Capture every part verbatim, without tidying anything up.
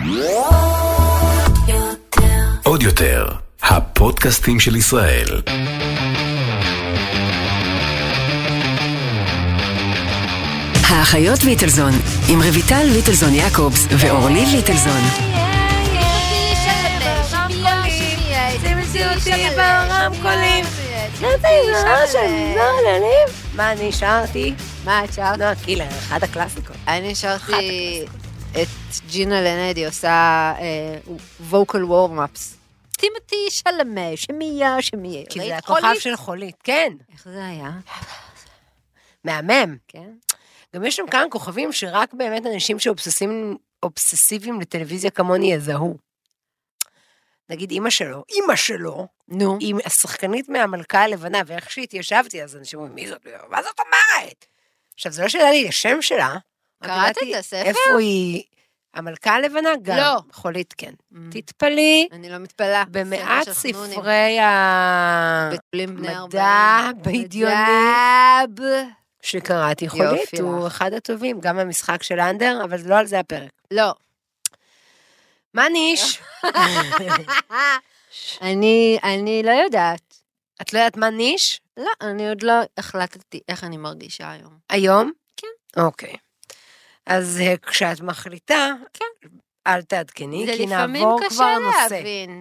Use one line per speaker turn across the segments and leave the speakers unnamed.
עוד יותר, הפודקאסטים של ישראל.
האחיות ליטלזון, עם רויטל ליטלזון יעקובס ואורלי ליטלזון.
מה אני שרתי? מה את שרת? לא, קילר, אחד הקלאסיקות.
אני שרתי את ג'ינה לנדי, עושה vocal warm-ups. טימותי שלמה, שמיה, שמיה.
כי זה הכוכב של חולית, כן.
איך זה היה?
מהמם.
כן.
גם יש שם כמה כוכבים שרק באמת אנשים שאובססיביים לטלוויזיה כמוני יזהו. נגיד אמא שלו, אמא שלו,
נו.
היא השחקנית מהמלכה הלבנה, ואיך שהתיישבתי, אז אנשים אומרים, מי זאת? מה זאת אומרת? עכשיו, זה לא שאלה לי לשם שלה.
קראת את הספר?
איפה היא? המלכה הלבנה גם.
לא.
חולית כן. תתפלי.
אני לא מתפלה.
במעט ספרי המדע בדיוני. שקראתי חולית, הוא אחד הטובים, גם המשחק של אנדר, אבל לא על זה הפרק.
לא.
מה ניש?
אני, אני לא יודעת.
את לא יודעת מה ניש?
לא, אני עוד לא החלטתי איך אני מרגישה היום.
היום?
כן.
אוקיי. אז כשאת מחליטה,
כן.
אל תעדכני, כי נעבור כבר נושא.
זה לפעמים קשה להבין.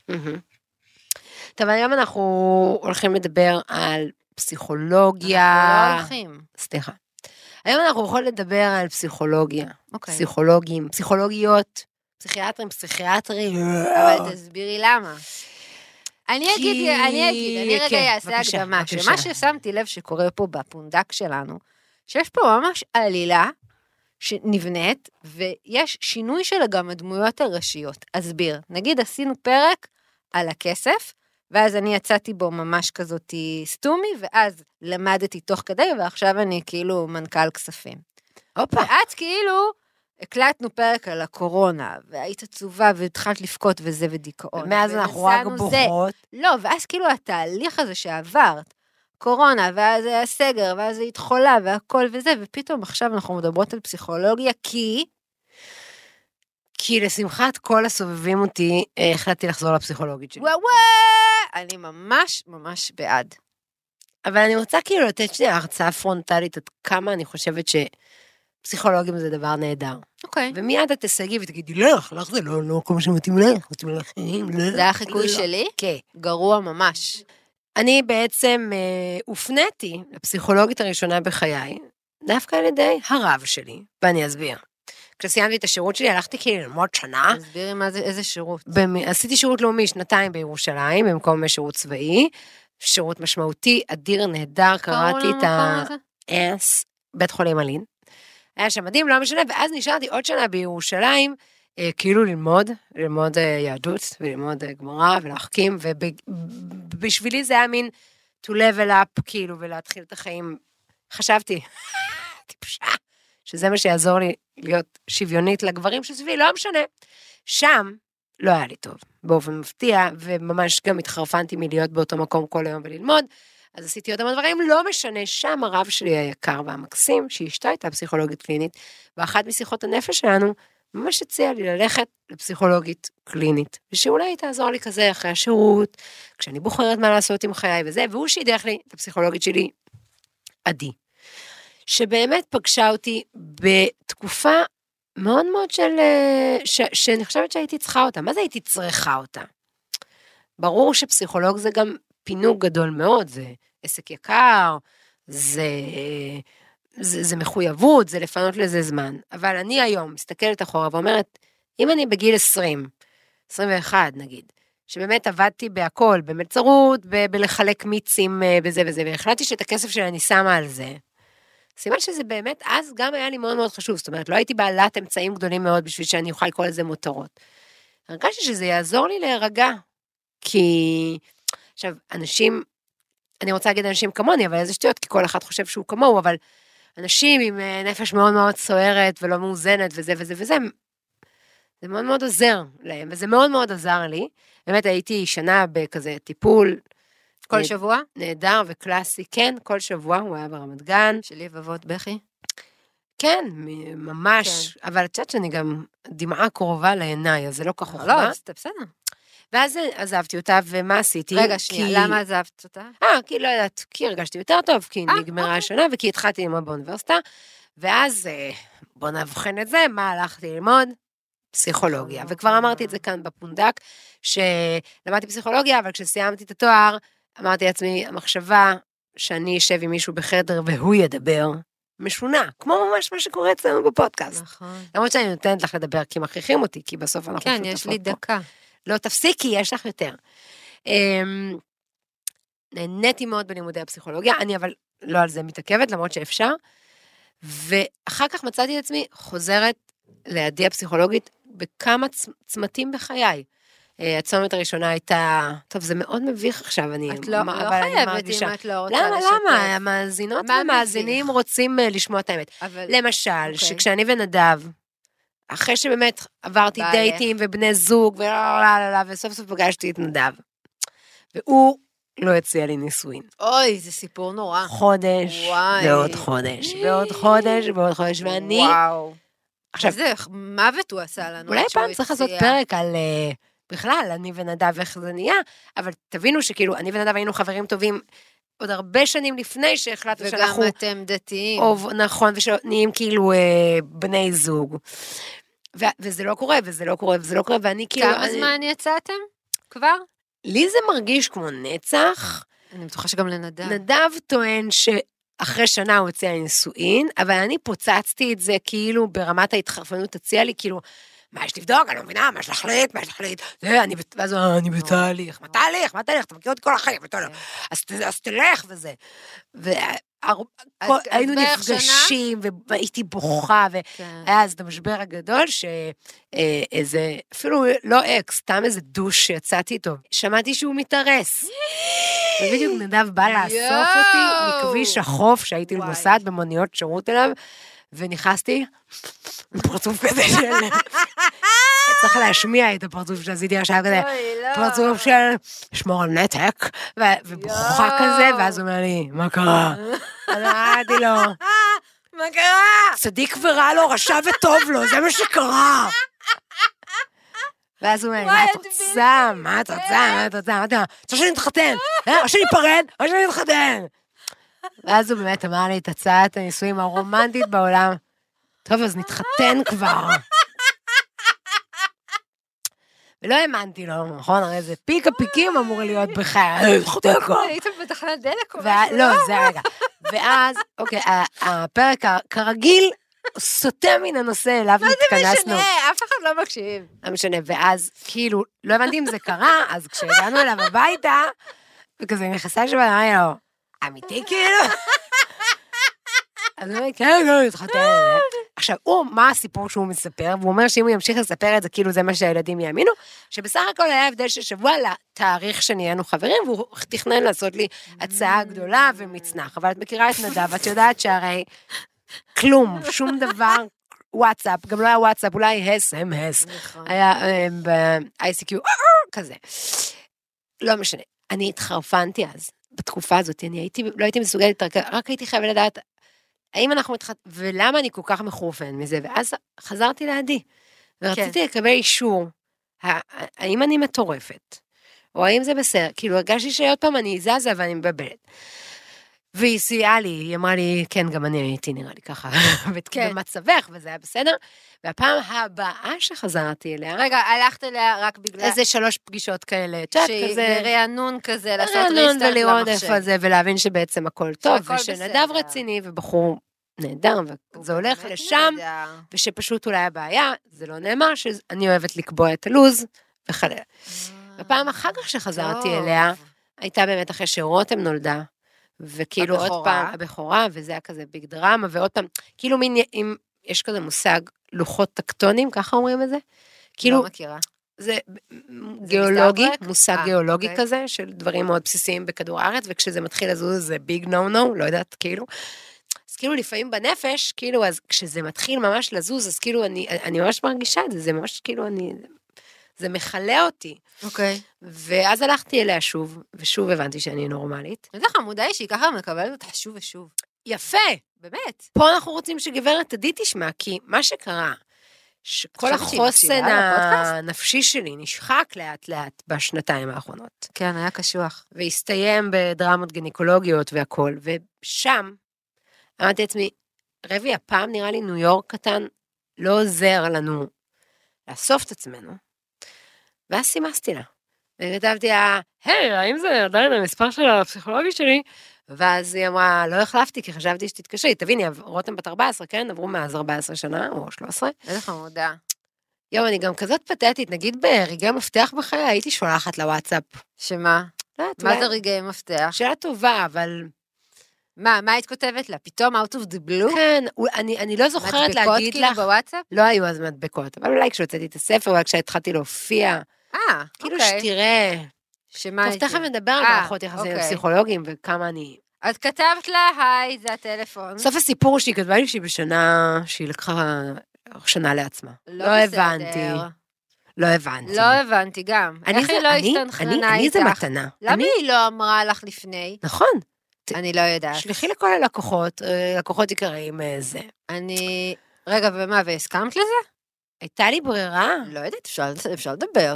טוב, היום אנחנו הולכים לדבר על פסיכולוגיה.
אנחנו לא הולכים.
סליחה. היום אנחנו יכולים לדבר על פסיכולוגיה.
אוקיי.
פסיכולוגים, פסיכולוגיות, פסיכיאטרים, פסיכיאטרים.
אבל תסבירי למה. אני אגיד, אני אגיד, אני רגע אעשה הקדמה, שמה ששמתי לב שקורה פה בפונדק שלנו, שיש פה ממש עלילה שנבנית, ויש שינוי של גם הדמויות הראשיות. אסביר, נגיד עשינו פרק על הכסף, ואז אני יצאתי בו ממש כזאת סתומי, ואז למדתי תוך כדי, ועכשיו אני כאילו מנכ"ל כספים.
אופה.
ואת כאילו הקלטנו פרק על הקורונה, והיית עצובה והתחלת לפקות וזה ודיכאון.
ומאז אנחנו רק בוחרות.
לא, ואז כאילו התהליך הזה שעברת, קורונה, ואז היה סגר, ואז היא התחולה, והכל וזה, ופתאום עכשיו אנחנו מדברות על פסיכולוגיה, כי...
כי לשמחת כל הסובבים אותי, החלטתי לחזור לפסיכולוגית שלי.
וואו וואו! אני ממש ממש בעד.
אבל אני רוצה כאילו לתת שנייה הרצאה פרונטלית, עד כמה אני חושבת שפסיכולוגים זה דבר נהדר.
אוקיי.
ומיד את תסגי ותגידי, לך, לך זה לא, לא כל מה שמתאים לך, מתאים לך.
זה היה חיקוי שלי?
כן.
גרוע ממש.
אני בעצם הופניתי לפסיכולוגית הראשונה בחיי, דווקא על ידי הרב שלי, ואני אסביר. כשסיימתי את השירות שלי, הלכתי כאילו ללמוד שנה.
תסבירי מה זה, איזה שירות.
עשיתי שירות לאומי שנתיים בירושלים, במקום שירות צבאי, שירות משמעותי, אדיר, נהדר, קראתי את ה-אס, בית חולים אלין. היה שם מדהים, לא משנה, ואז נשארתי עוד שנה בירושלים, כאילו ללמוד, ללמוד יהדות, וללמוד גמרא, ולהחכים, ובשבילי זה היה מין to level up, כאילו, ולהתחיל את החיים. חשבתי, טיפשה. שזה מה שיעזור לי להיות שוויונית לגברים שסביבי, לא משנה. שם לא היה לי טוב, באופן מפתיע, וממש גם התחרפנתי מלהיות באותו מקום כל היום וללמוד, אז עשיתי עוד דברים, לא משנה, שם הרב שלי היקר והמקסים, שאשתה הייתה פסיכולוגית קלינית, ואחת משיחות הנפש שלנו, ממש הציעה לי ללכת לפסיכולוגית קלינית, ושאולי היא תעזור לי כזה אחרי השירות, כשאני בוחרת מה לעשות עם חיי וזה, והוא שידך לי את הפסיכולוגית שלי, עדי. שבאמת פגשה אותי בתקופה מאוד מאוד של, ש, שאני חושבת שהייתי צריכה אותה. מה זה הייתי צריכה אותה? ברור שפסיכולוג זה גם פינוק גדול מאוד, זה עסק יקר, זה, זה, זה מחויבות, זה לפנות לזה זמן. אבל אני היום מסתכלת אחורה ואומרת, אם אני בגיל עשרים, עשרים ואחת נגיד, שבאמת עבדתי בהכל, במלצרות, ב- בלחלק מיצים בזה וזה, והחלטתי שאת הכסף שלי אני שמה על זה, סימן שזה באמת, אז גם היה לי מאוד מאוד חשוב, זאת אומרת, לא הייתי בעלת אמצעים גדולים מאוד, בשביל שאני אוכל לקרוא לזה מותרות. הרגשתי שזה יעזור לי להירגע, כי, עכשיו, אנשים, אני רוצה להגיד אנשים כמוני, אבל איזה שטויות, כי כל אחד חושב שהוא כמוהו, אבל אנשים עם נפש מאוד מאוד סוערת, ולא מאוזנת, וזה וזה וזה, זה מאוד מאוד עוזר להם, וזה מאוד מאוד עזר לי, באמת הייתי שנה בכזה טיפול,
כל שבוע?
נהדר וקלאסי, כן, כל שבוע, הוא היה ברמת גן.
שלי ובבות בכי?
כן, ממש, אבל את יודעת שאני גם דמעה קרובה לעיניי, אז זה לא כך חוכמה.
לא, זה בסדר.
ואז עזבתי אותה, ומה עשיתי?
רגע, שנייה, למה עזבת אותה?
אה, כי לא יודעת, כי הרגשתי יותר טוב, כי נגמרה השנה, וכי התחלתי ללמוד באוניברסיטה, ואז בוא נבחן את זה, מה הלכתי ללמוד? פסיכולוגיה, וכבר אמרתי את זה כאן בפונדק, שלמדתי פסיכולוגיה, אבל כשסיימתי את התואר, אמרתי לעצמי, המחשבה שאני אשב עם מישהו בחדר והוא ידבר, משונה, כמו ממש מה שקורה אצלנו בפודקאסט.
נכון.
למרות שאני נותנת לך לדבר, כי מכריחים אותי, כי בסוף אנחנו...
כן, יש לי דקה.
לא, תפסיקי, יש לך יותר. נהניתי מאוד בלימודי הפסיכולוגיה, אני אבל לא על זה מתעכבת, למרות שאפשר, ואחר כך מצאתי את עצמי חוזרת לידי הפסיכולוגית בכמה צמתים בחיי. הצומת הראשונה הייתה, טוב, זה מאוד מביך עכשיו, אני...
את לא חייבת אם את לא רוצה
לשתף. למה, למה? המאזינות והמאזינים רוצים לשמוע את האמת. למשל, שכשאני ונדב, אחרי שבאמת עברתי דייטים ובני זוג, וסוף סוף פגשתי את נדב, והוא לא הציע לי נישואין.
אוי, זה סיפור נורא.
חודש, ועוד חודש, ועוד חודש, ועוד חודש, ואני...
וואו. עכשיו, זה מוות הוא עשה לנו.
אולי פעם צריך לעשות פרק על... בכלל, אני ונדב איך זה נהיה, אבל תבינו שכאילו, אני ונדב היינו חברים טובים עוד הרבה שנים לפני שהחלטנו שאנחנו...
וגם אתם דתיים.
או, נכון, ושנהיים כאילו אה, בני זוג. ו- וזה לא קורה, וזה לא קורה, וזה לא קורה, ואני כאילו...
כמה
אני...
זמן יצאתם? כבר?
לי זה מרגיש כמו נצח.
אני בטוחה שגם לנדב.
נדב טוען שאחרי שנה הוא הציע לי נישואין, אבל אני פוצצתי את זה כאילו ברמת ההתחרפנות הציע לי, כאילו... מה יש לבדוק? אני לא מבינה, מה יש להחליט, מה יש להחליט? זה, אני, ואז אני בתהליך. מה תהליך? מה תהליך? אתה מכיר אותי כל החיים, אז תלך וזה. והיינו נפגשים, והייתי בוכה, והיה אז את המשבר הגדול, שאיזה, אפילו לא אקס, סתם איזה דוש שיצאתי איתו. שמעתי שהוא מתארס. ובדיוק נדב בא לאסוף אותי מכביש החוף, שהייתי נוסעת במוניות שירות אליו, ונכנסתי, פרצוף כזה של... צריך להשמיע את הפרצוף שעשיתי עכשיו כזה, פרצוף של שמור על נתק, ובוכה כזה, ואז הוא אומר לי, מה קרה? אז אמרתי לו,
מה קרה?
צדיק ורע לו, רשע וטוב לו, זה מה שקרה. ואז הוא אומר לי, מה את רוצה? מה את רוצה? מה את רוצה? אמרתי לו, צריך שאני נתחתן, או שאני אפרד, או שאני נתחתן. ואז הוא באמת אמר לי את הצעת הנישואים הרומנטית בעולם. טוב, אז נתחתן כבר. ולא האמנתי לו, נכון? הרי זה פיק הפיקים אמור להיות בחיי. נתחתן כבר.
הייתם בתחנת דלק או
משהו? לא, זה רגע. ואז, אוקיי, הפרק כרגיל סוטה מן הנושא אליו נתכנסנו.
מה זה משנה? אף אחד לא מקשיב.
לא משנה, ואז כאילו, לא הבנתי אם זה קרה, אז כשהגענו אליו הביתה, וכזה נכנסה שבא, אמרתי לו, אמיתי כאילו? אז הוא אומר, כן, לא, התחתן. עכשיו, הוא, מה הסיפור שהוא מספר? והוא אומר שאם הוא ימשיך לספר את זה, כאילו זה מה שהילדים יאמינו, שבסך הכל היה הבדל של שבוע לתאריך שנהיינו חברים, והוא תכנן לעשות לי הצעה גדולה ומצנח. אבל את מכירה את נדב, את יודעת שהרי כלום, שום דבר, וואטסאפ, גם לא היה וואטסאפ, אולי הס, הם הס. היה ב-איי סי קיו, כזה. לא משנה. אני התחרפנתי אז. בתקופה הזאת, אני הייתי, לא הייתי מסוגלת, רק הייתי חייבת לדעת, האם אנחנו מתחת, ולמה אני כל כך מחורפן מזה, ואז חזרתי לידי, ורציתי לקבל אישור, האם אני מטורפת, או האם זה בסדר, כאילו הרגשתי שעוד פעם אני זזה ואני מבלבלת, והיא סייעה לי, היא אמרה לי, כן, גם אני הייתי נראה לי ככה, במצבך, וזה היה בסדר, והפעם הבאה שחזרתי אליה,
רגע, הלכת אליה רק בגלל...
איזה שלוש פגישות כאלה,
כזה רענון כזה, לעשות
ריסטארט למחשב. רענון ולראות איפה זה, ולהבין שבעצם הכל טוב, ושנדב רציני, ובחור נהדר, וזה הולך לשם, ושפשוט אולי הבעיה, זה לא נאמר, שאני אוהבת לקבוע את הלוז, וחלל. בפעם אחר כך שחזרתי אליה, הייתה באמת אחרי שרותם נולדה, וכאילו עוד פעם, הבכורה, וזה היה כזה ביג דרמה, ועוד פעם, כאילו מין, אם יש כזה מושג לוחות טקטונים, ככה אומרים את זה?
לא מכירה.
זה גיאולוגי, מושג גיאולוגי כזה, של דברים מאוד בסיסיים בכדור הארץ, וכשזה מתחיל לזוז זה ביג נו נו, לא יודעת, כאילו. אז כאילו לפעמים בנפש, כאילו, אז כשזה מתחיל ממש לזוז, אז כאילו אני, אני ממש מרגישה את זה, זה ממש כאילו אני, זה מחלה אותי.
אוקיי.
ואז הלכתי אליה שוב, ושוב הבנתי שאני נורמלית.
איזה חמודה היא שהיא ככה מקבלת אותה שוב ושוב.
יפה.
באמת.
פה אנחנו רוצים שגברת עדי תשמע, כי מה שקרה, שכל החוסן הנפשי שלי נשחק לאט לאט בשנתיים האחרונות.
כן, היה קשוח.
והסתיים בדרמות גינקולוגיות והכל, ושם אמרתי לעצמי, רבי, הפעם נראה לי ניו יורק קטן לא עוזר לנו לאסוף את עצמנו, ואז סימסתי לה. וכתבתי לה, היי, האם זה עדיין המספר של הפסיכולוגית שלי? ואז היא אמרה, לא החלפתי, כי חשבתי שתתקשרי. תביני, רותם בת ארבע עשרה, כן? עברו מאז ארבע עשרה שנה, או שלוש עשרה.
איזה חמודה.
יום, אני גם כזאת פתטית, נגיד ברגעי מפתח בחיי, הייתי שולחת לוואטסאפ.
שמה?
לא,
מה זה רגעי מפתח?
שאלה טובה, אבל...
מה, מה היית כותבת לה? פתאום out of the blue?
כן, אני, אני לא זוכרת להגיד לך...
מדבקות כאילו בוואטסאפ?
לא היו אז מדבקות, אבל אולי כשהוצאתי את הספר, אולי כשהתחלתי להופיע.
אה,
כאילו
אוקיי.
שתראה...
שמה
טוב,
הייתי?
תכף נדבר על מערכות יחסים
אוקיי.
פסיכולוגיים, וכמה אני...
אז כתבת לה, היי, זה הטלפון.
סוף הסיפור הוא שהיא כתבה לי שהיא בשנה, שהיא לקחה שנה לעצמה.
לא
לא הבנתי.
בסדר.
לא הבנתי.
לא הבנתי גם.
אני
איך
זה-
היא לא
אני-
הסתנכרנה
אני- אני זה
איתך?
מתנה.
למה
אני-
היא לא אמרה לך לפני?
נכון.
אני לא יודעת.
שלחי לכל הלקוחות, אה, לקוחות יקרים אה, זה.
אני... רגע, ומה, והסכמת לזה?
הייתה לי ברירה.
לא יודעת, אפשר, אפשר לדבר.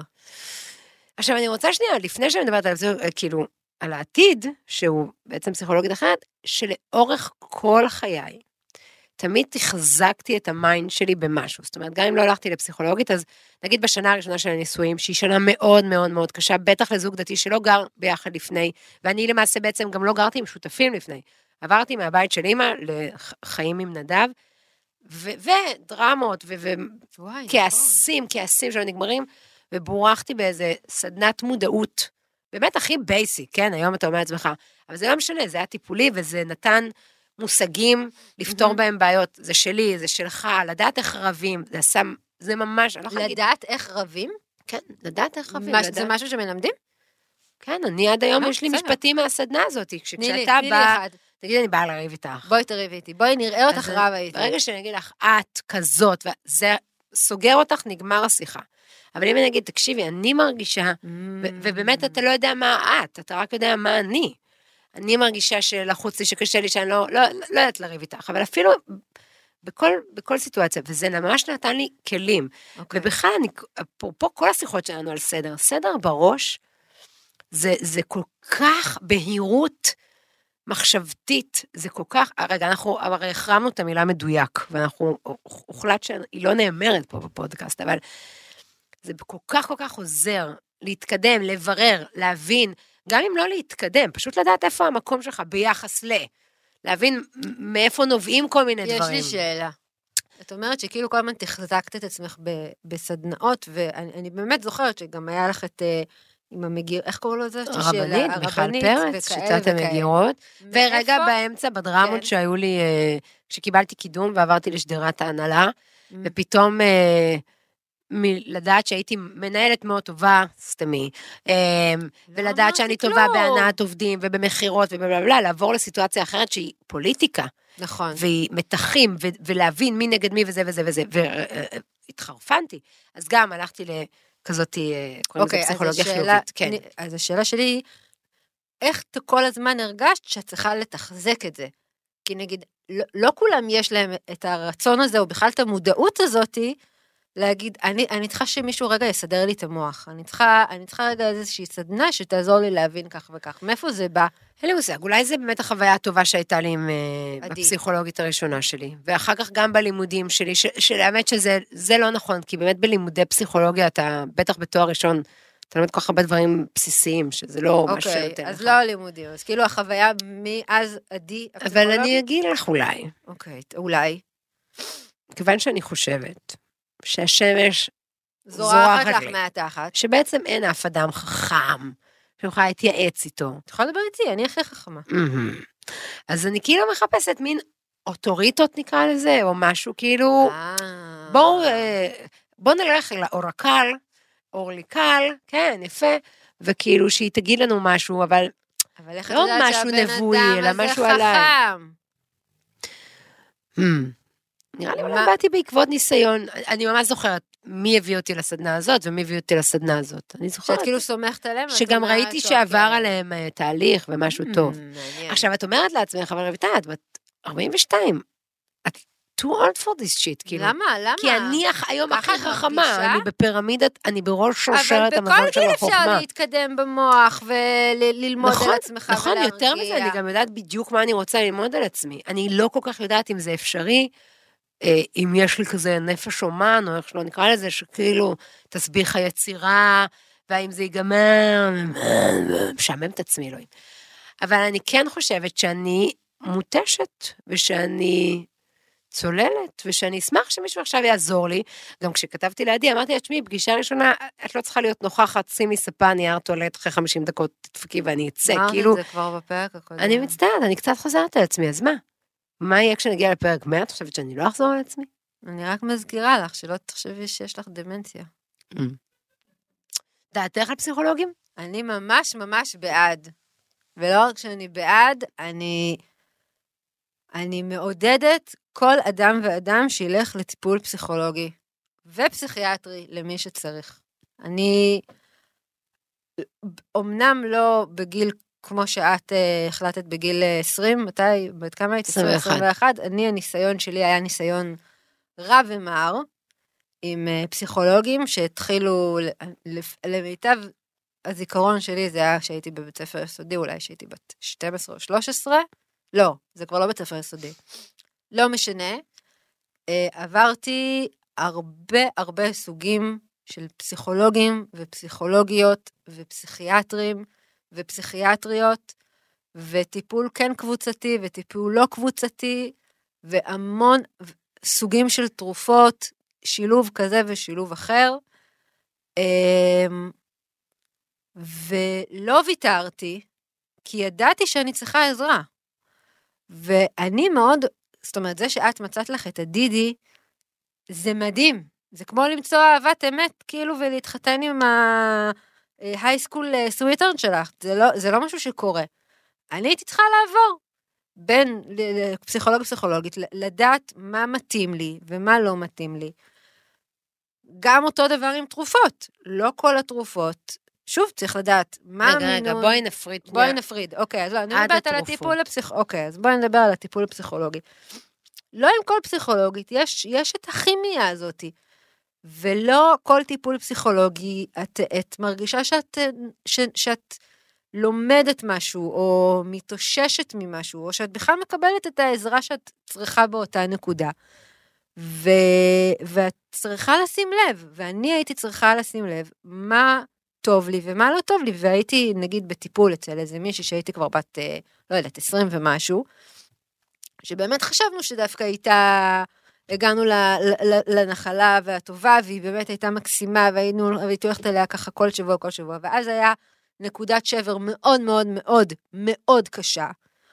עכשיו, אני רוצה שנייה, לפני שאני מדברת על זה, אה, כאילו, על העתיד, שהוא בעצם פסיכולוגית אחרת, שלאורך כל חיי, תמיד תחזקתי את המיינד שלי במשהו. זאת אומרת, גם אם לא הלכתי לפסיכולוגית, אז נגיד בשנה הראשונה של הנישואים, שהיא שנה מאוד מאוד מאוד קשה, בטח לזוג דתי שלא גר ביחד לפני, ואני למעשה בעצם גם לא גרתי עם שותפים לפני. עברתי מהבית של אמא לחיים עם נדב, ו- ודרמות,
וואי,
וכעסים, כעסים שלא נגמרים, ובורחתי באיזה סדנת מודעות, באמת הכי בייסיק, כן? היום אתה אומר לעצמך, אבל זה לא משנה, זה היה טיפולי, וזה נתן מושגים לפתור בהם בעיות, זה שלי, זה שלך, לדעת איך רבים, זה עשה, זה ממש, אני לא יכולה להגיד,
לדעת איך רבים?
כן, לדעת איך רבים,
מש- זה
לדעת,
משהו שמלמדים?
כן, אני עד היום
אה,
יש לי
בסדר.
משפטים מהסדנה הזאת,
תני לי,
כשאתה
תני לי
בא,
אחד.
תגיד, אני באה לריב איתך.
בואי תריבי איתי, בואי נראה אותך
אז
רבה איתי.
ברגע שאני אגיד לך, את כזאת, וזה סוגר אותך, נגמר השיחה. אבל אם אני אגיד, תקשיבי, אני מרגישה, ו- ובאמת אתה לא יודע מה את, אתה רק יודע מה אני. אני מרגישה שלחוץ לי, שקשה לי, שאני לא, לא, לא יודעת לריב איתך, אבל אפילו בכל, בכל סיטואציה, וזה ממש נתן לי כלים.
אוקיי.
ובכלל, אני, פה כל השיחות שלנו על סדר, סדר בראש, זה, זה כל כך בהירות מחשבתית, זה כל כך, רגע, אנחנו הרי החרמנו את המילה מדויק, ואנחנו, הוחלט שהיא לא נאמרת פה בפודקאסט, אבל זה כל כך כל כך עוזר להתקדם, לברר, להבין, גם אם לא להתקדם, פשוט לדעת איפה המקום שלך ביחס ל, להבין מאיפה נובעים כל מיני
יש
דברים.
לי שאלה. את אומרת שכאילו כל הזמן תחזקת את עצמך ב- בסדנאות, ואני אני באמת זוכרת שגם היה לך את, אה, עם המגיר, איך קוראים לו את זה?
הרבנית, מיכל פרץ, שיטת המגירות, ורגע
מאיפה?
באמצע, בדרמות
כן.
שהיו לי, אה, כשקיבלתי קידום ועברתי לשדרת ההנהלה,
Mm.
ופתאום אה, מלדעת שהייתי מנהלת מאוד טובה, סתמי, אה, ולדעת
אמרתי
שאני
כלום.
טובה בהנעת עובדים ובמחירות ובלבלבלה, לעבור לסיטואציה אחרת שהיא פוליטיקה,
נכון.
והיא מתחים, ו- ולהבין מי נגד מי וזה וזה וזה, והתחרפנתי. אז גם הלכתי לכזאת, אה, קוראים לזה
אוקיי, אז
פסיכולוגיה
השאלה-
חיובית, כן.
אני- אז השאלה שלי היא, איך אתה כל הזמן הרגשת שאת צריכה לתחזק את זה? כי נגיד, לא, לא כולם יש להם את הרצון הזה, או בכלל את המודעות הזאתי, להגיד, אני, אני צריכה שמישהו רגע יסדר לי את המוח. אני צריכה, אני צריכה רגע איזושהי סדנה שתעזור לי להבין כך וכך. מאיפה זה בא?
אין לי מושג, אולי זה באמת החוויה הטובה שהייתה לי עם אה,
עדי.
הפסיכולוגית הראשונה שלי, ואחר כך גם בלימודים שלי, ש- שלאמת שזה זה לא נכון, כי באמת בלימודי פסיכולוגיה, אתה בטח בתואר ראשון, אתה לומד כל כך הרבה דברים בסיסיים, שזה לא מה
אוקיי,
שנותן
אז
לך.
לא לימודים, אז כאילו החוויה מאז עדי
אבל
הפסיכולוגית?
אני אגיד לך אולי,
אוקיי, אולי.
כיוון שאני חושבת שהשמש
זורחת לך
לי.
מהתחת.
שבעצם אין אף אדם חכם, שיוכל להתייעץ איתו.
את יכולה לדבר איתי, אני הכי חכמה.
מהמם. אז אני כאילו מחפשת מין אוטוריטות נקרא לזה, או משהו כאילו,
אה.
בואו, אה, בואו נלך לאורקל, אורליקל, כן, יפה, וכאילו שהיא תגיד לנו משהו, אבל
אבל איך את
לא
יודעת
משהו
שהבן
נבואי,
אדם
אלא
הזה
משהו עליי.
חכם?
hmm, נראה לי
מה-
אולי באתי בעקבות ניסיון, אני ממש זוכרת מי הביא אותי לסדנה הזאת, ומי הביא אותי לסדנה הזאת. אני זוכרת
שאת כאילו סומכת עליהם? ואת
שגם
אומרת,
ראיתי
אוקיי.
שעבר עליהם אה, תהליך ומשהו טוב.
Mm, מעניין.
עכשיו, את אומרת לעצמך, אבל רויטל, את בת ארבעים ושתיים. את too old for this shit, כאילו.
למה? למה?
כי אני היום הכי חכמה, אני בפירמידת, אני בראש שושלת המזון של החוכמה.
אבל בכל גיל אפשר להתקדם במוח וללמוד על עצמך
נכון, נכון, יותר מזה, אני גם יודעת בדיוק מה אני רוצה ללמוד על עצמי. אני לא כל כך יודעת אם זה אפשרי, אם יש לי כזה נפש אומן, או איך שלא נקרא לזה, שכאילו תסביך היצירה, והאם זה ייגמר, משעמם את עצמי, אלוהים. אבל אני כן חושבת שאני מוטשת, ושאני צוללת, ושאני אשמח שמישהו עכשיו יעזור לי. גם כשכתבתי לידי, אמרתי, תשמעי, פגישה ראשונה, את לא צריכה להיות נוכחת, שימי ספה, נייר טואלט, אחרי חמישים דקות תדפקי ואני אצא, כאילו...
אמרת את זה כבר בפרק הקודם.
אני מצטערת, אני קצת חוזרת על עצמי, אז מה? מה יהיה כשנגיע לפרק מאה? את חושבת שאני לא אחזור על עצמי?
אני רק מזכירה לך, שלא תחשבי שיש לך דמנציה.
דעתך על פסיכולוגים?
אני ממש ממש בעד. ולא רק שאני בעד, אני, אני מעודדת כל אדם ואדם שילך לטיפול פסיכולוגי ופסיכיאטרי למי שצריך. אני אמנם לא בגיל כמו שאת uh, החלטת בגיל עשרים, מתי, בת כמה היית?
עשרים ואחת.
עשרים ואחת. אני, הניסיון שלי היה ניסיון רב ומר, עם uh, פסיכולוגים שהתחילו, למיטב הזיכרון שלי, זה היה שהייתי בבית ספר יסודי, אולי שהייתי בת שתים עשרה או שלוש עשרה, לא, זה כבר לא בית ספר יסודי. לא משנה, uh, עברתי הרבה הרבה סוגים של פסיכולוגים ופסיכולוגיות ופסיכיאטרים, ופסיכיאטריות, וטיפול כן קבוצתי, וטיפול לא קבוצתי, והמון סוגים של תרופות, שילוב כזה ושילוב אחר, ולא ויתרתי, כי ידעתי שאני צריכה עזרה, ואני מאוד, זאת אומרת, זה שאת מצאת לך את הדידי, זה מדהים, זה כמו למצוא אהבת אמת, כאילו, ולהתחתן עם ה... הייסקול סוויטרן שלך, זה לא, זה לא משהו שקורה. אני הייתי צריכה לעבור בין פסיכולוג ופסיכולוגית, לדעת מה מתאים לי ומה לא מתאים לי. גם אותו דבר עם תרופות, לא כל התרופות, שוב צריך לדעת מה
רגע, המינון... רגע, בואי נפריד.
בואי yeah. נפריד, אוקיי, אז לא, אני מדברת על הטיפול הפסיכולוגי, אוקיי, אז בואי נדבר על הטיפול הפסיכולוגי. לא עם כל פסיכולוגית, יש, יש את הכימיה הזאת, ולא כל טיפול פסיכולוגי, את, את מרגישה שאת, ש, שאת לומדת משהו, או מתאוששת ממשהו, או שאת בכלל מקבלת את העזרה שאת צריכה באותה נקודה. ו, ואת צריכה לשים לב, ואני הייתי צריכה לשים לב, מה טוב לי ומה לא טוב לי, והייתי נגיד בטיפול אצל איזה מישהי שהייתי כבר בת, לא יודעת, עשרים ומשהו, שבאמת חשבנו שדווקא הייתה... הגענו לנחלה והטובה, והיא באמת הייתה מקסימה, והייתי הולכת עליה ככה כל שבוע, כל שבוע, ואז היה נקודת שבר מאוד מאוד מאוד מאוד קשה,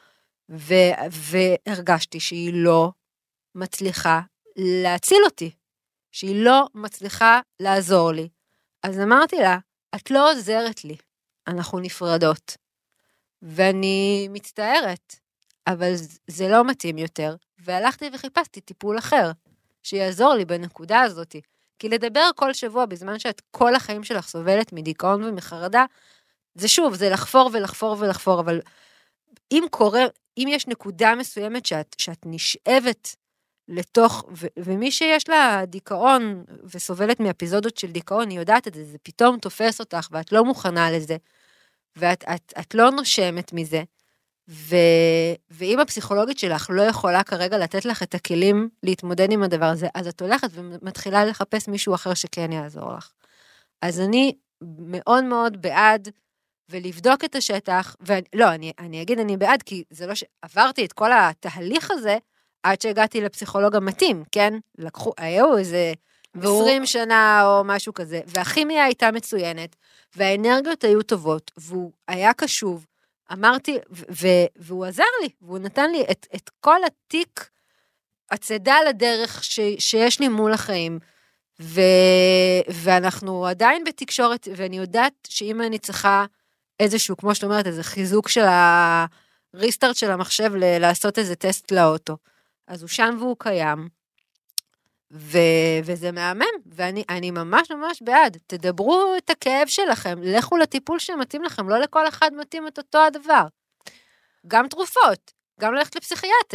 והרגשתי שהיא לא מצליחה להציל אותי, שהיא לא מצליחה לעזור לי. אז אמרתי לה, את לא עוזרת לי, אנחנו נפרדות, ואני מצטערת, אבל זה לא מתאים יותר, והלכתי וחיפשתי טיפול אחר, שיעזור לי בנקודה הזאת. כי לדבר כל שבוע, בזמן שאת כל החיים שלך סובלת מדיכאון ומחרדה, זה שוב, זה לחפור ולחפור ולחפור, אבל אם קורה, אם יש נקודה מסוימת שאת, שאת נשאבת לתוך, ו, ומי שיש לה דיכאון וסובלת מאפיזודות של דיכאון, היא יודעת את זה, זה פתאום תופס אותך, ואת לא מוכנה לזה, ואת את, את לא נושמת מזה, ו... ואם הפסיכולוגית שלך לא יכולה כרגע לתת לך את הכלים להתמודד עם הדבר הזה, אז את הולכת ומתחילה לחפש מישהו אחר שכן יעזור לך. אז אני מאוד מאוד בעד, ולבדוק את השטח, ולא, אני, אני אגיד אני בעד, כי זה לא שעברתי את כל התהליך הזה, עד שהגעתי לפסיכולוג המתאים, כן? לקחו, היו איזה עשרים שנה או משהו כזה, והכימיה הייתה מצוינת, והאנרגיות היו טובות, והוא היה קשוב, אמרתי, והוא עזר לי, והוא נתן לי את, את כל התיק, הצדה לדרך ש, שיש לי מול החיים, ו, ואנחנו עדיין בתקשורת, ואני יודעת שאם אני צריכה איזשהו, כמו שאת אומרת, איזה חיזוק של הריסטארט של המחשב, ל, לעשות איזה טסט לאוטו, אז הוא שם והוא קיים, ו, וזה מהמם, ואני אני ממש ממש בעד, תדברו את הכאב שלכם, לכו לטיפול שמתאים לכם, לא לכל אחד מתאים את אותו הדבר. גם תרופות, גם ללכת לפסיכיאטר,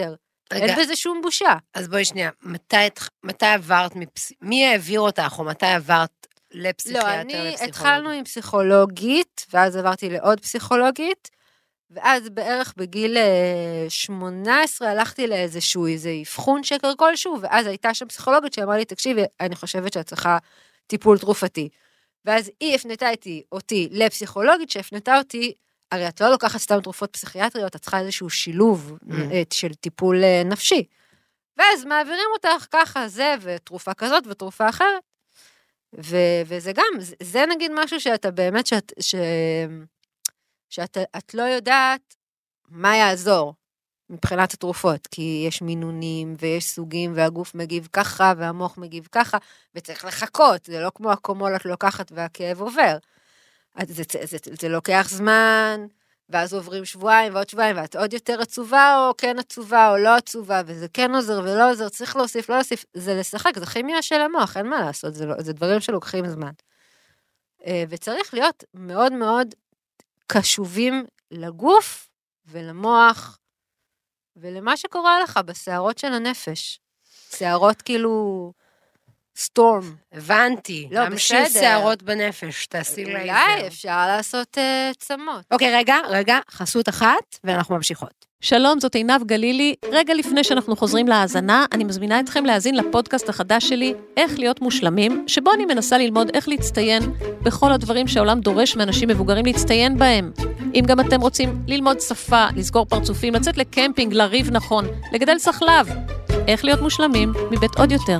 אין בזה שום בושה.
אז בואי שנייה, מתי, מתי עברת, מפס... מי העביר אותך, או מתי עברת לפסיכיאטר,
לא, אני
לפסיכולוגית?
התחלנו עם פסיכולוגית, ואז עברתי לעוד פסיכולוגית, ואז בערך בגיל שמונה עשרה הלכתי לאיזשהו, איזה אבחון שקר כלשהו, ואז הייתה שם פסיכולוגית שאמרה לי, תקשיבי, אני חושבת שאת צריכה טיפול תרופתי. ואז היא הפנתה אותי, אותי לפסיכולוגית, שהפנתה אותי, הרי את לא לוקחת סתם תרופות פסיכיאטריות, את צריכה איזשהו שילוב mm. של טיפול נפשי. ואז מעבירים אותך ככה, זה, ותרופה כזאת, ותרופה אחרת. ו- וזה גם, זה, זה נגיד משהו שאתה באמת, שאת, ש... שאת את לא יודעת מה יעזור מבחינת התרופות, כי יש מינונים ויש סוגים, והגוף מגיב ככה, והמוח מגיב ככה, וצריך לחכות, זה לא כמו הקומול את לוקחת והכאב עובר. זה, זה, זה, זה לוקח זמן, ואז עוברים שבועיים ועוד שבועיים, ואת עוד יותר עצובה, או כן עצובה, או לא עצובה, וזה כן עוזר ולא עוזר, צריך להוסיף, לא להוסיף, זה לשחק, זה כימיה של המוח, אין מה לעשות, זה, לא, זה דברים שלוקחים זמן. וצריך להיות מאוד מאוד קשובים לגוף ולמוח, ולמה שקורה לך בסערות של הנפש. שערות כאילו סטורם.
הבנתי.
לא,
בסדר. שערות בנפש, תעשי לי איזה.
אולי אפשר לעשות uh, צמות.
אוקיי, רגע, רגע, חסות אחת, ואנחנו ממשיכות.
שלום, זאת עינב גלילי. רגע לפני שאנחנו חוזרים להאזנה, אני מזמינה אתכם להאזין לפודקאסט החדש שלי, איך להיות מושלמים, שבו אני מנסה ללמוד איך להצטיין בכל הדברים שהעולם דורש מאנשים מבוגרים להצטיין בהם. אם גם אתם רוצים ללמוד שפה, לסגור פרצופים, לצאת לקמפינג, לריב נכון, לגדל סחלב, איך להיות מושלמים מבית עוד יותר.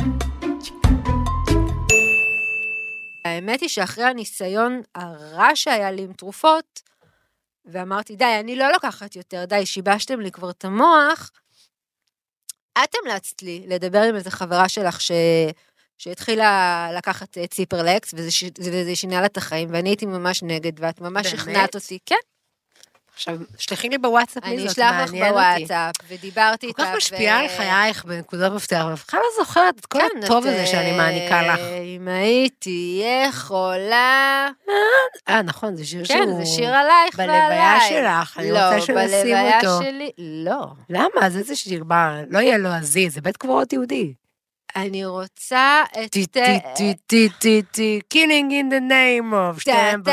האמת היא שאחרי הניסיון הרע שהיה לי עם תרופות, ואמרתי, די, אני לא לוקחת יותר, די, שיבשתם לי כבר את המוח, את המלצת לי לדבר עם איזו חברה שלך ש... שהתחילה לקחת ציפרלקס, וזה, ש... וזה שינה לה את החיים, ואני הייתי ממש נגד, ואת ממש שכנעת אותי, כן.
עכשיו, שלחי לי בוואטסאפ מי זאת,
מעניין אותי. אני אשלח לך בוואטסאפ, ודיברתי איתה.
כל כך משפיעה על חייך בנקודות מפתח, וכמה זוכרת את כל הטוב הזה שאני מעניקה לך.
אם הייתי יכולה...
אה, נכון, זה שיר שהוא...
כן, זה שיר עלייך ועליי.
בלוויה שלך, אני רוצה שנשים אותו.
לא, בלוויה שלי, לא.
למה? זה זה שיר, לא יהיה לו עזי, זה בית קברות יהודי.
אני רוצה את...
טי טי טי טי טי טי killing in the name of...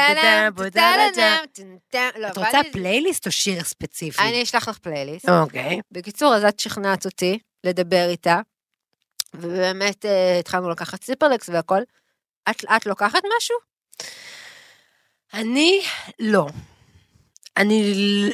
את רוצה פלייליסט או שיר ספציפי?
אני אשלח לך פלייליסט.
אוקיי.
בקיצור, אז את שכנעת אותי לדבר איתה, ובאמת התחלנו לקחת ציפרלקס והכל. את לוקחת משהו?
אני לא. אני...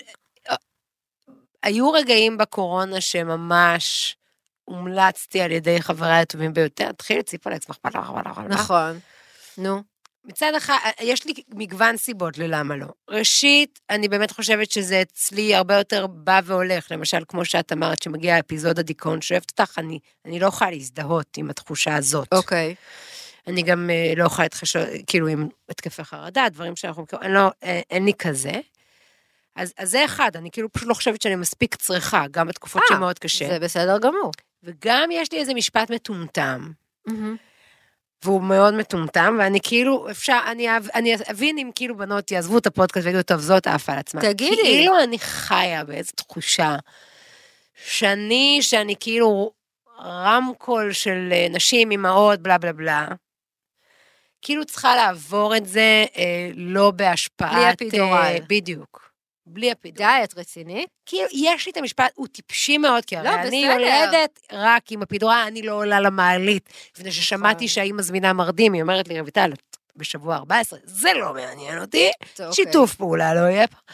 היו רגעים בקורונה שממש... הומלצתי על ידי חבריי הטובים ביותר, תחיל את ציפרלקס, מחפת לך, מחפת לך.
נכון, נו.
מצד אחד, יש לי מגוון סיבות ללמה לא. ראשית, אני באמת חושבת שזה אצלי הרבה יותר בא והולך, למשל, כמו שאת אמרת, שמגיע האפיזודה דיכאון, שאוהבת אותך, אני, אני לא יכולה להזדהות עם התחושה הזאת.
אוקיי.
אני גם לא יכולה להתחשב, כאילו, עם התקפי חרדה, דברים שאנחנו, אני לא, אין לי כזה. אז, אז זה אחד, אני כאילו פשוט לא חושבת שאני מספיק צריכה, גם בתקופות שהיא מאוד קשה.
זה בסדר גמור.
וגם יש לי איזה משפט מטומטם, והוא מאוד מטומטם, ואני כאילו, אפשר, אני, אני אבין אם כאילו בנות יעזבו את הפודקאסט ויגידו, טוב, זאת האפה על עצמה.
תגידי.
כאילו אני חיה באיזו תחושה, שאני, שאני כאילו רמקול של נשים, אמהות, בלה בלה בלה, כאילו צריכה לעבור את זה, אה, לא בהשפעת...
בלי אפידורל.
בדיוק. בלי אפידורל.
די, את רצינית?
כאילו, יש לי את המשפט, הוא טיפשי מאוד, כי הרי אני יולדת רק עם אפידורל, אני לא עולה למעלית, לפני ששמעתי שהיא מזמינה מרדים, היא אומרת לי, רויטל, בשבוע ארבע עשרה, זה לא מעניין אותי, שיתוף פעולה לא יהיה פה.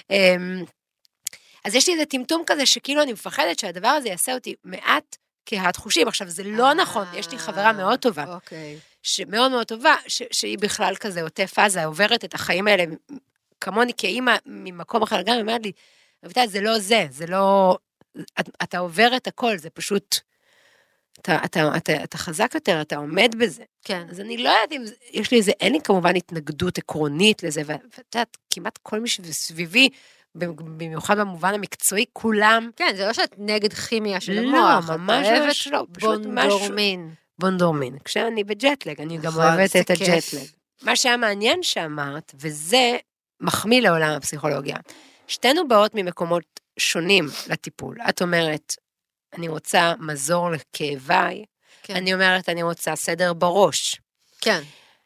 אז יש לי איזה טמטום כזה, שכאילו אני מפחדת שהדבר הזה יעשה אותי מעט קהת חושים. עכשיו, זה לא נכון, יש לי חברה מאוד טובה, שמאוד מאוד טובה, שהיא בכלל כזה עוטף עזה, עוברת את החיים האלה, כמוני כאימא ממקום אחר, גם אומרת לי, רויטל, זה לא זה, זה לא, אתה עובר את הכל, זה פשוט, אתה, אתה, אתה, אתה חזק יותר, אתה עומד בזה.
כן.
אז אני לא יודעת אם, יש לי איזה, אין לי כמובן התנגדות עקרונית לזה, ואת יודעת, כמעט כל מי סביבי, במיוחד במובן המקצועי, כולם...
כן, זה לא שאת נגד כימיה של המוח.
לא, ממש לא, פשוט משהו... בונדורמין. בונדורמין. כשאני בג'טלג, אני גם אוהבת את הג'טלג. מה שהיה מעניין שאמרת, וזה מחמיא לעולם הפסיכולוגיה. שתינו באות ממקומות שונים לטיפול. את אומרת, אני רוצה מזור לכאביי,
כן.
אני אומרת, אני רוצה סדר בראש.
כן.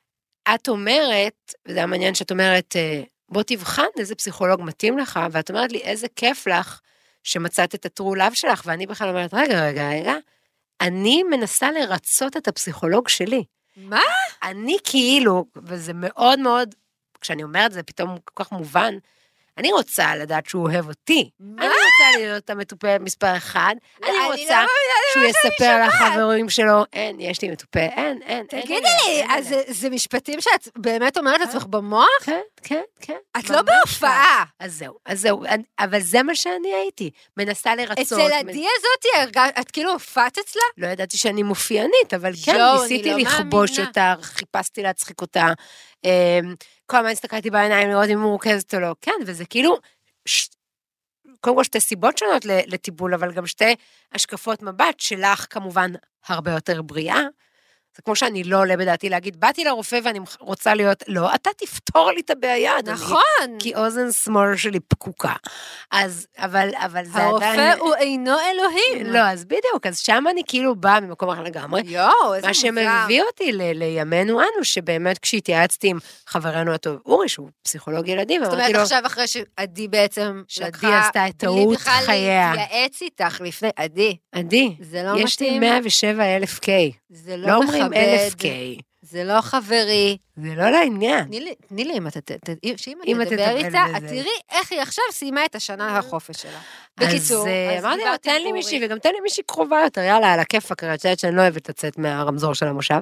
את אומרת, וזה המעניין שאת אומרת, בוא תבחן איזה פסיכולוג מתאים לך, ואת אומרת לי, איזה כיף לך שמצאת את הטרו לב שלך, ואני בכלל אומרת, רגע, רגע, רגע, אני מנסה לרצות את הפסיכולוג שלי.
מה?
אני כאילו, וזה מאוד מאוד, כשאני אומרת זה פתאום כל כך מובן, אני רוצה לדעת שהוא אוהב אותי.
מה?
אני רוצה להיות המטופל מספר אחד, אני
אני
רוצה
לא
שהוא יספר לחברים שלו, אין, יש לי מטופל, אין, אין.
תגידי לי, אז זה- זה משפטים שאת באמת אומרת לעצמך במוח?
כן, כן, כן.
את לא
ממש
בהופעה.
כך. אז זהו, אז זהו, אני- אבל זה מה שאני הייתי, מנסה לרצות.
אצל עדי הזאתי, הרגע- את כאילו הופעת אצלה?
לא ידעתי שאני מופיינית, אבל כן,
יואו, אני
ניסיתי
לא
לכבוש
מאמינה.
אותה, חיפשתי להצחיק אותה, אמ, כל הזמן הסתכלתי בעיניים לראות אם היא מורכזת או לא, כן, וזה כאילו, ש... קודם כל שתי סיבות שונות לטיפול, אבל גם שתי השקפות מבט, שלך כמובן הרבה יותר בריאה, זה כמו שאני לא עולה בדעתי להגיד, באתי לרופא ואני רוצה להיות, לא, אתה תפתור לי את הבעיה, אדוני.
נכון.
כי אוזן שמאל שלי פקוקה. אז, אבל, אבל זה
הרופא הוא אינו אלוהים.
לא, אז בדיוק, אז שם אני כאילו באה ממקום אחר לגמרי.
יואו, איזה
מה
מוזר.
שמביא אותי ל- לימינו אנו, שבאמת כשהתייעצתי עם חברנו הטוב, אורי, שהוא פסיכולוג ילדים,
זאת
אמרתי
אומרת,
לו,
עכשיו אחרי שעדי בעצם
שעדי
לקחה,
עשתה את טעות חייה.
בלי בכלל להתייעץ איתך לפני, עדי,
עדי,
זה לא
יש לי
מתאים,
מאה ושבע אלף קיי,
זה
לא
לא
אומרים אלף
מכבד,
קיי,
זה לא חברי.
זה לא לעניין.
תני לי, תני לי, אם את ת- ת- שאם
אם
את
את
תדבר
תטפל
איתה,
בזה.
את תראי איך היא עכשיו סיימה את השנה החופש שלה. בקיצור,
אז אה, אמרתי לו,
דיברתי
תן
עם
לי
אורי.
מישהי, וגם תן לי מישהי קרובה יותר, יאללה, על הכיפאק, אני יודעת שאני לא אוהבת לצאת מהרמזור של המושב.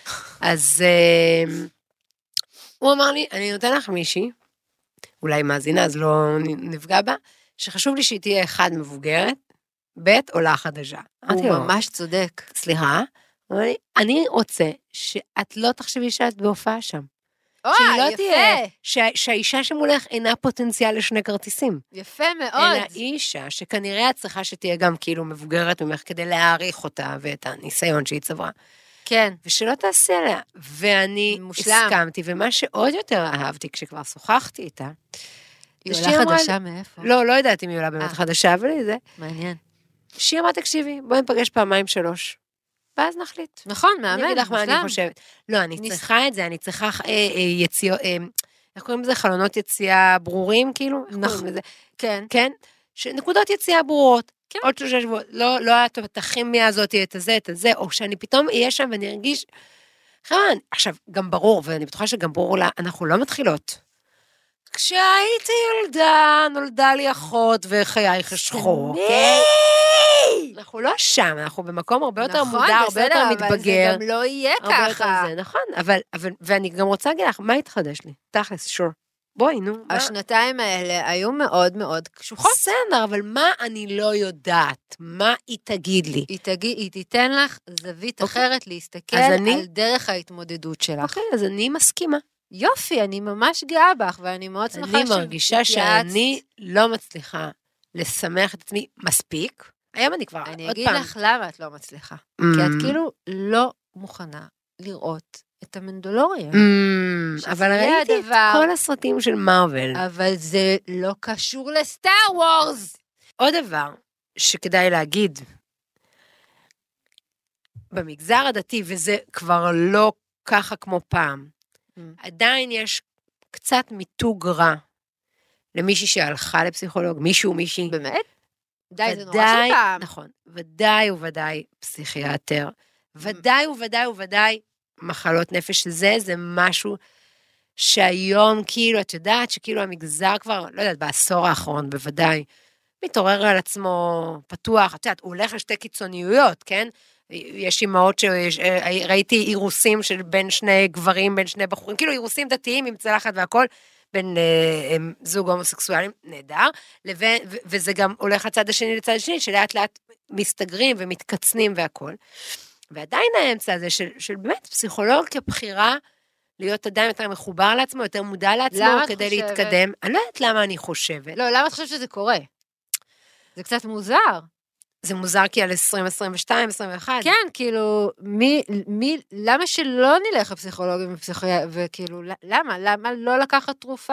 אז אה, הוא אמר לי, אני נותן לך מישהי, אולי מאזינה, אז לא נפגע בה, שחשוב לי שהיא תהיה אחד מבוגרת, ב' עולה חדשה.
הוא
אמרתי לו,
ממש צודק.
סליחה, הוא אמר לי, אני רוצה שאת לא תחשבי שאת בהופעה שם.
אוי,
שהיא לא
יפה,
תהיה, שה- שהאישה שמולך אינה פוטנציאל לשני כרטיסים.
יפה מאוד.
אלא אישה שכנראה את צריכה שתהיה גם כאילו מבוגרת ממך כדי להעריך אותה ואת הניסיון שהיא צברה.
כן.
ושלא תעשה עליה. ואני
מושלם.
הסכמתי, ומה שעוד יותר אהבתי כשכבר שוחחתי איתה,
היא
שהיא
עולה
אמרה
חדשה
לי-
מאיפה?
לא, לא ידעתי מי עולה באמת
אה.
חדשה, אבל היא זה,
מעניין.
שהיא אמרה, תקשיבי, בואי נפגש פעמיים שלוש, ואז נחליט.
נכון,
אני
מאמן,
אגיד לך מה אני
מושלם.
חושבת. לא, אני
ניס-
צריכה את זה, אני צריכה אה, אה, יציאות, אה, איך קוראים לזה? חלונות יציאה ברורים, כאילו? איך
נכון.
קוראים לזה?
כן.
כן? שנקודות יציאה ברורות.
כן.
עוד שלושה שבועות. לא, לא את הכימיה הזאת, את הזה, את הזה, או שאני פתאום אהיה שם ואני ארגיש... חבר'ה, עכשיו, גם ברור, ואני בטוחה שגם ברור לה, אנחנו לא מתחילות. כשהייתי ילדה, נולדה לי אחות וחיי חשכו. כן? אנחנו לא שם, אנחנו במקום הרבה יותר
נכון,
מודע, הרבה
בסדר,
יותר
אבל
מתבגר.
זה גם לא יהיה
הרבה יותר
ככה.
זה, נכון, אבל, אבל, ואני גם רוצה להגיד לך, מה התחדש לי? תכלס, שור. בואי, נו. מה?
השנתיים האלה היו מאוד מאוד קשוחות.
בסדר, אבל מה אני לא יודעת? מה היא תגיד לי?
היא תגיד, היא תיתן לך זווית
אוקיי.
אחרת להסתכל
אז אני-
על דרך ההתמודדות שלך.
אוקיי, אז אני מסכימה.
יופי, אני ממש גאה בך, ואני מאוד שמחה
אני מרגישה
שהתייעצת.
שאני לא מצליחה לשמח את עצמי מספיק. היום אני כבר,
אני
עוד
אגיד
פעם.
לך למה את לא מצליחה.
Mm,
כי את כאילו לא מוכנה לראות את המנדלוריאן.
mm,
שזה
אבל
יהיה
ראיתי את
הדבר-
כל הסרטים של מארוול.
אבל זה לא קשור לסטאר וורס.
עוד דבר שכדאי להגיד, במגזר הדתי, וזה כבר לא ככה כמו פעם,
Mm.
עדיין יש קצת מיתוג רע למישהי שהלכה לפסיכולוג, מישהו, מישהי.
באמת? די, זה נורא
ודאי,
של פעם.
נכון, ודאי וודאי פסיכיאטר, ודאי וודאי וודאי מחלות נפש, זה זה משהו שהיום כאילו, את יודעת שכאילו המגזר כבר, לא יודעת, בעשור האחרון בוודאי, מתעורר על עצמו פתוח, את יודעת, הוא הולך לשתי קיצוניויות, כן? יש אימהות שראיתי אירוסים של בין שני גברים, בין שני בחורים, כאילו אירוסים דתיים עם צלחת והכל, בין אה, זוג הומוסקסואלים, נהדר, לבין, ו- וזה גם הולך לצד השני לצד השני, שלאט לאט מסתגרים ומתקצנים והכל. ועדיין האמצע הזה של, של באמת פסיכולוג כבחירה, להיות עדיין יותר מחובר לעצמו, יותר מודע לעצמו,
למה את
כדי
חושבת?
להתקדם. אני לא יודעת למה אני חושבת.
לא, למה את חושבת שזה קורה? זה קצת מוזר.
זה מוזר כי על עשרים עשרים ושתיים, עשרים ואחת.
כן, כאילו, מי, מי, למה שלא נלך לפסיכולוגים ופסיכולוגיה, וכאילו, למה? למה לא לקחת תרופה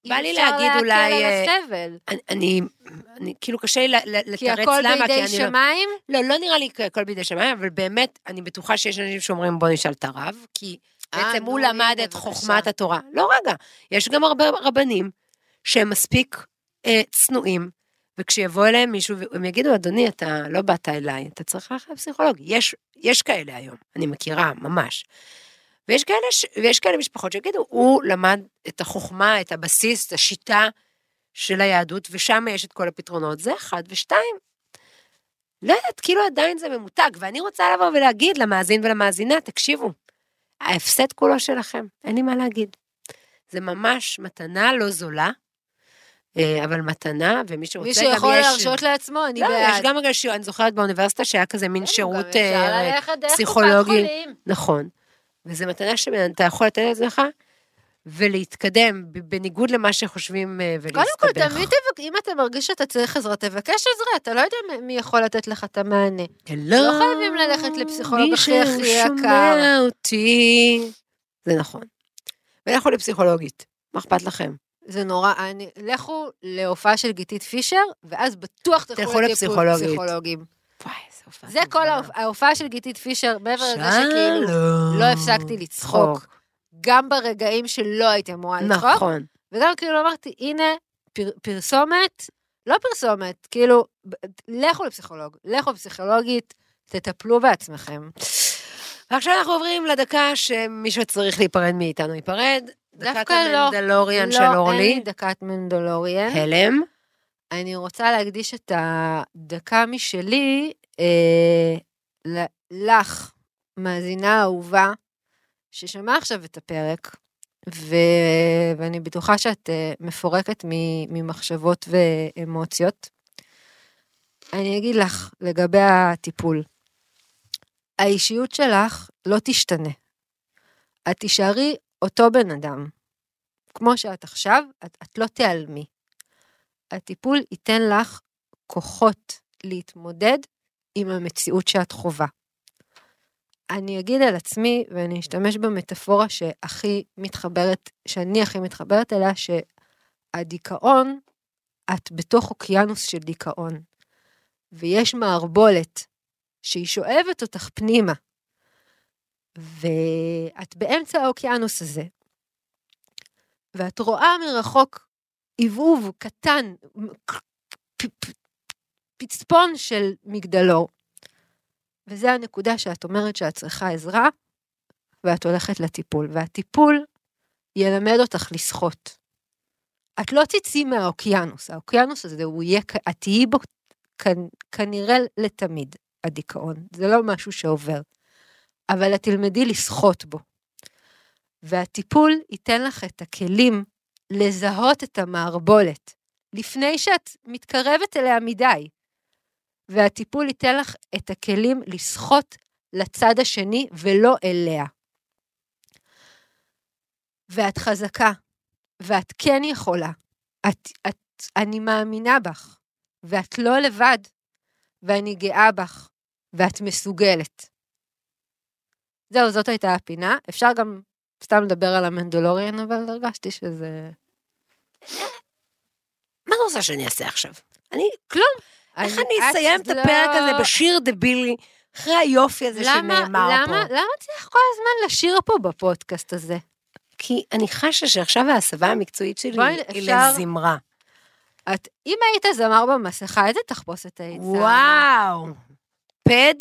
בא לי להגיד אולי...
אפשר להקל על הסבל.
אני, אני, כאילו קשה לי לתרץ למה.
כי הכל בידי שמיים?
לא, לא נראה לי הכל בידי שמיים, אבל באמת, אני בטוחה שיש אנשים שאומרים, בוא נשאל את הרב, כי בעצם הוא למד את חוכמת התורה. לא רגע, יש גם הרבה רבנים שהם מספיק צנועים, וכשיבוא אליהם מישהו, הם יגידו, אדוני, אתה לא באת אליי, אתה צריך ללכת לפסיכולוג. יש, יש כאלה היום, אני מכירה, ממש. ויש כאלה, ויש כאלה משפחות שיגידו, הוא למד את החוכמה, את הבסיס, את השיטה של היהדות, ושם יש את כל הפתרונות. זה אחד ושתיים. לא יודעת, כאילו עדיין זה ממותג, ואני רוצה לבוא ולהגיד למאזין ולמאזינה, תקשיבו, ההפסד כולו שלכם, אין לי מה להגיד. זה ממש מתנה לא זולה, אבל מתנה, ומי שרוצה גם יש...
מי שיכול להרשות לעצמו, אני בעד.
לא, יש גם רגע, אני זוכרת באוניברסיטה, שהיה כזה מין שירות פסיכולוגי. נכון. וזה מתנה שאתה יכול לתת את זה לך, ולהתקדם, בניגוד למה שחושבים ולהסתבך.
קודם כל, תמיד תבק, אם אתה מרגיש שאתה צריך עזרה, תבקש עזרה, אתה לא יודע מי יכול לתת לך את המענה. לא חייבים ללכת לפסיכולוג הכי הכי יקר.
מי ששומע אותי, זה נכון. ולכו לפסיכולוגית, מה אכפת לכם?
זה נורא, אני, לכו להופעה של גיתית פישר, ואז בטוח תלכו לפסיכולוגים. זה כל ההופעה של גיתית פישר, מעבר לזה שכאילו לא הפסקתי לצחוק, גם ברגעים שלא הייתי אמורה לצחוק, נכון. וגם כאילו אמרתי, הנה פר, פרסומת, לא פרסומת, כאילו, לכו לפסיכולוג, לכו לפסיכולוגית, תטפלו בעצמכם.
ועכשיו אנחנו עוברים לדקה שמי שצריך להיפרד מאיתנו ייפרד, דקת המנדלוריאן של אורלי.
לא, אין לי דקת מנדלוריאן.
הלם.
אני רוצה להקדיש את הדקה משלי, אה, לך, מאזינה אהובה, ששמע עכשיו את הפרק, ו... ואני בטוחה שאת מפורקת ממחשבות ואמוציות. אני אגיד לך, לגבי הטיפול, האישיות שלך לא תשתנה. את תישארי אותו בן אדם. כמו שאת עכשיו, את, את לא תיעלמי. הטיפול ייתן לך כוחות להתמודד עם המציאות שאת חובה. אני אגיד על עצמי, ואני אשתמש במטאפורה שהכי מתחברת, שאני הכי מתחברת אליה, שהדיכאון, את בתוך אוקיינוס של דיכאון, ויש מערבולת שהיא שואבת אותך פנימה, ואת באמצע האוקיינוס הזה, ואת רואה מרחוק עיבוב קטן, פצפון של מגדלור, וזה הנקודה שאת אומרת שאת צריכה עזרה, ואת הולכת לטיפול, והטיפול ילמד אותך לשחות. את לא תצאי מהאוקיינוס, האוקיינוס הזה הוא יהיה, את תהיי בו כנראה לתמיד, הדיכאון, זה לא משהו שעובר, אבל את תלמדי לשחות בו. והטיפול ייתן לך את הכלים לזהות את המערבולת, לפני שאת מתקרבת אליה מדי, והטיפול ייתן לך את הכלים לשחות לצד השני ולא אליה. ואת חזקה, ואת כן יכולה, את, את, אני מאמינה בך, ואת לא לבד, ואני גאה בך, ואת מסוגלת. זהו, זאת הייתה הפינה, אפשר גם סתם לדבר על המנדלוריאן, אבל הרגשתי שזה...
מה אתה רוצה שאני אעשה עכשיו? אני...
כלום.
איך אני אסיים את הפרק הזה בשיר דבילי, אחרי היופי הזה שנאמר פה?
למה צריך כל הזמן לשיר פה בפודקאסט הזה?
כי אני חשה שעכשיו ההסבה המקצועית שלי היא לזמרה.
אם היית זמר במסכה, איזה תחפושת היית?
וואו. פד?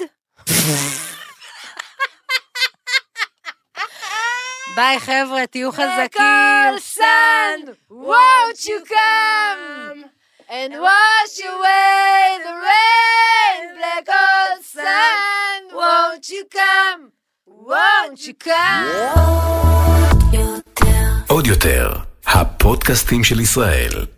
ביי חבר'ה, תהיו חזקים.
Echo sun, won't you come and wash away the rain, black old sun, won't you come, won't you come.
עוד יותר, הפודקאסטים של ישראל.